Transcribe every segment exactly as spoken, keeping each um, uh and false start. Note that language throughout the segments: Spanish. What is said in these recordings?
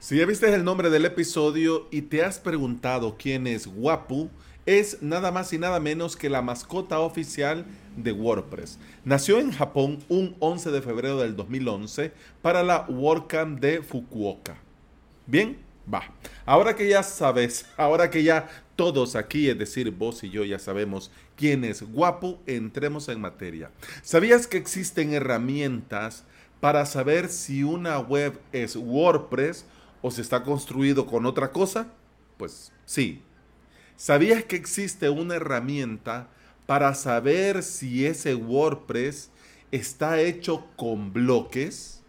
Si ya viste el nombre del episodio y te has preguntado quién es Wapu, es nada más y nada menos que la mascota oficial de WordPress. Nació en Japón un once de febrero del dos mil once para la WordCamp de Fukuoka. Bien, va. Ahora que ya sabes, ahora que ya todos aquí, es decir, vos y yo ya sabemos quién es Wapu, entremos en materia. ¿Sabías que existen herramientas para saber si una web es WordPress o si está construido con otra cosa? Pues sí. ¿Sabías que existe una herramienta para saber si ese WordPress está hecho con bloques?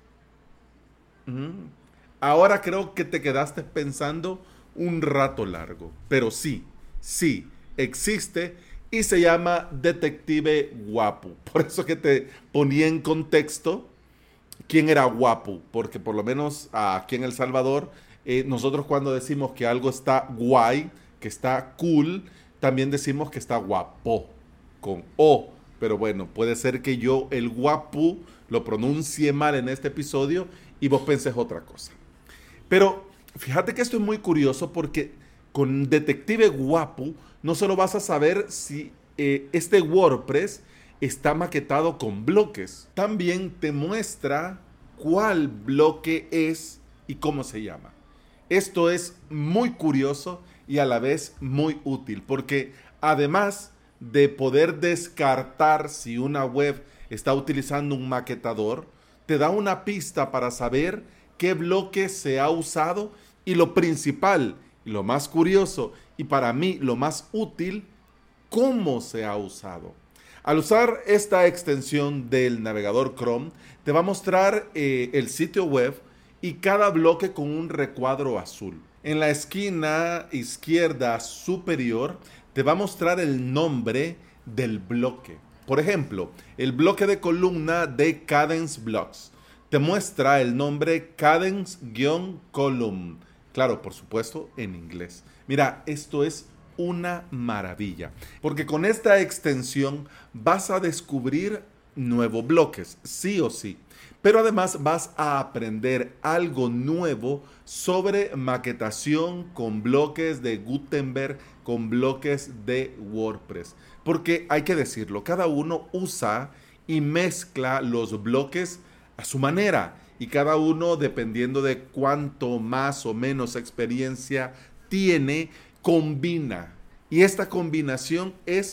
Mm. Ahora creo que te quedaste pensando un rato largo, pero sí, sí, existe y se llama Detective Wapu. Por eso que te ponía en contexto quién era Wapu, porque por lo menos aquí en El Salvador, eh, nosotros cuando decimos que algo está guay, que está cool, también decimos que está guapo, con O. Pero bueno, puede ser que yo el Wapu lo pronuncie mal en este episodio y vos penses otra cosa. Pero fíjate que esto es muy curioso porque con Detective Wapu no solo vas a saber si eh, este WordPress está maquetado con bloques, también te muestra cuál bloque es y cómo se llama. Esto es muy curioso y a la vez muy útil porque además de poder descartar si una web está utilizando un maquetador, te da una pista para saber qué bloque se ha usado y lo principal, lo más curioso y para mí lo más útil, cómo se ha usado. Al usar esta extensión del navegador Chrome, te va a mostrar eh, el sitio web y cada bloque con un recuadro azul. En la esquina izquierda superior te va a mostrar el nombre del bloque. Por ejemplo, el bloque de columna de Kadence Blocks. Te muestra el nombre Kadence-column. Claro, por supuesto, en inglés. Mira, esto es una maravilla, porque con esta extensión vas a descubrir nuevos bloques, sí o sí. Pero además vas a aprender algo nuevo sobre maquetación con bloques de Gutenberg, con bloques de WordPress. Porque hay que decirlo, cada uno usa y mezcla los bloques a su manera. Y cada uno, dependiendo de cuánto más o menos experiencia tiene, combina. Y esta combinación es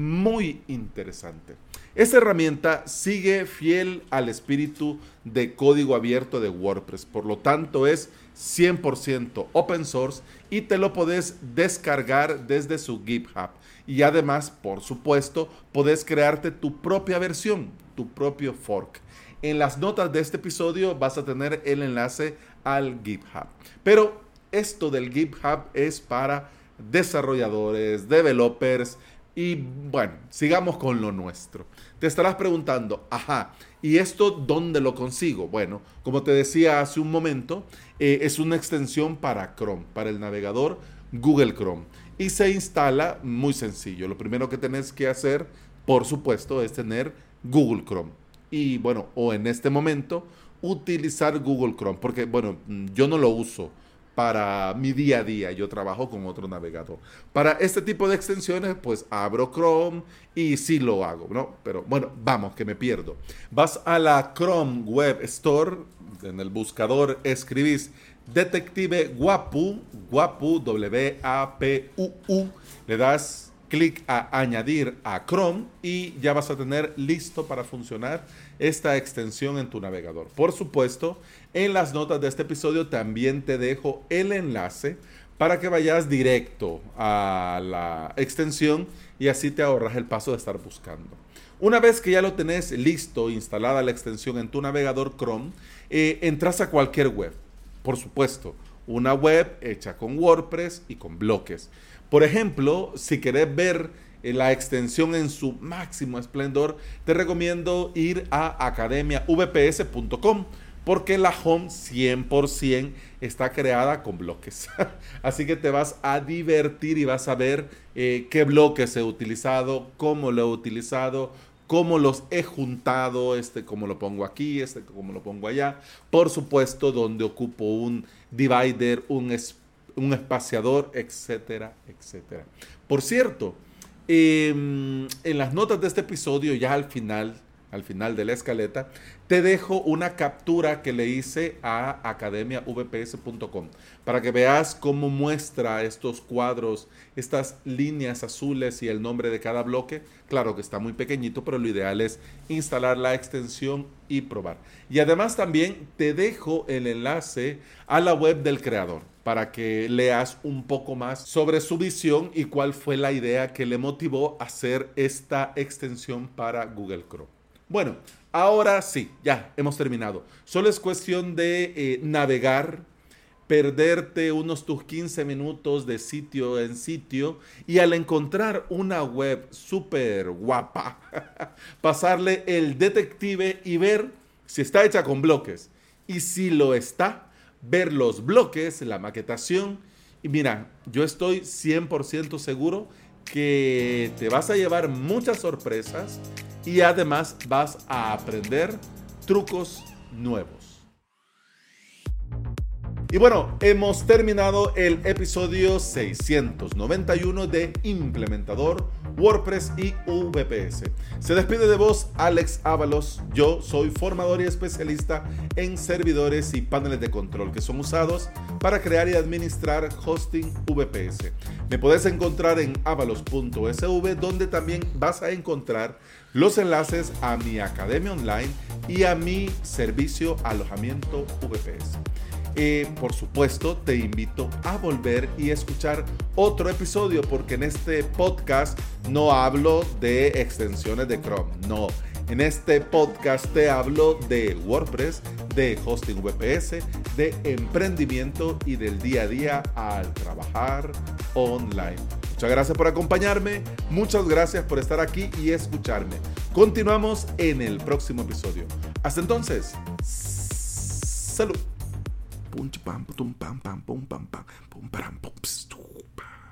muy interesante. Esta herramienta sigue fiel al espíritu de código abierto de WordPress, por lo tanto es cien por ciento open source y te lo podés descargar desde su GitHub. Y además, por supuesto, podés crearte tu propia versión, tu propio fork. En las notas de este episodio vas a tener el enlace al GitHub. Pero esto del GitHub es para desarrolladores, developers, y bueno, sigamos con lo nuestro. Te estarás preguntando, ajá, ¿y esto dónde lo consigo? Bueno, como te decía hace un momento, eh, es una extensión para Chrome, para el navegador Google Chrome. Y se instala muy sencillo. Lo primero que tenés que hacer, por supuesto, es tener Google Chrome. Y bueno, o en este momento, utilizar Google Chrome. Porque bueno, yo no lo uso para mi día a día, yo trabajo con otro navegador. Para este tipo de extensiones, pues abro Chrome y sí lo hago, ¿no? Pero bueno, vamos, que me pierdo. Vas a la Chrome Web Store, en el buscador escribís Detective Wapu, Wapu, W A P U U, le das clic a añadir a Chrome y ya vas a tener listo para funcionar esta extensión en tu navegador. Por supuesto, en las notas de este episodio también te dejo el enlace para que vayas directo a la extensión y así te ahorras el paso de estar buscando. Una vez que ya lo tenés listo, instalada la extensión en tu navegador Chrome, eh, entras a cualquier web. Por supuesto, una web hecha con WordPress y con bloques. Por ejemplo, si querés ver la extensión en su máximo esplendor, te recomiendo ir a academia v p s punto com porque la home cien por ciento está creada con bloques. Así que te vas a divertir y vas a ver eh, qué bloques he utilizado, cómo lo he utilizado, cómo los he juntado, este cómo lo pongo aquí, este cómo lo pongo allá. Por supuesto, donde ocupo un divider, un, es, un espaciador, etcétera, etcétera. Por cierto, eh, en las notas de este episodio, ya al final, al final de la escaleta, te dejo una captura que le hice a academia v p s punto com para que veas cómo muestra estos cuadros, estas líneas azules y el nombre de cada bloque. Claro que está muy pequeñito, pero lo ideal es instalar la extensión y probar. Y además también te dejo el enlace a la web del creador para que leas un poco más sobre su visión y cuál fue la idea que le motivó a hacer esta extensión para Google Chrome. Bueno, ahora sí, ya hemos terminado. Solo es cuestión de eh, navegar, perderte unos tus quince minutos de sitio en sitio y al encontrar una web súper guapa, pasarle el detective y ver si está hecha con bloques. Y si lo está, ver los bloques, la maquetación. Y mira, yo estoy cien por ciento seguro que te vas a llevar muchas sorpresas y además vas a aprender trucos nuevos. Y bueno, hemos terminado el episodio seiscientos noventa y uno de Implementador, WordPress y V P S. Se despide de vos Alex Ábalos. Yo soy formador y especialista en servidores y paneles de control que son usados para crear y administrar hosting V P S. Me puedes encontrar en avalos punto s v, donde también vas a encontrar los enlaces a mi academia online y a mi servicio alojamiento V P S. Eh, por supuesto, te invito a volver y escuchar otro episodio, porque en este podcast no hablo de extensiones de Chrome, no. En este podcast te hablo de WordPress, de hosting V P S, de emprendimiento y del día a día al trabajar online. Muchas gracias por acompañarme, muchas gracias por estar aquí y escucharme. Continuamos en el próximo episodio. Hasta entonces, salud. Pum pam pum pam pam pum pam pam pum pam pum.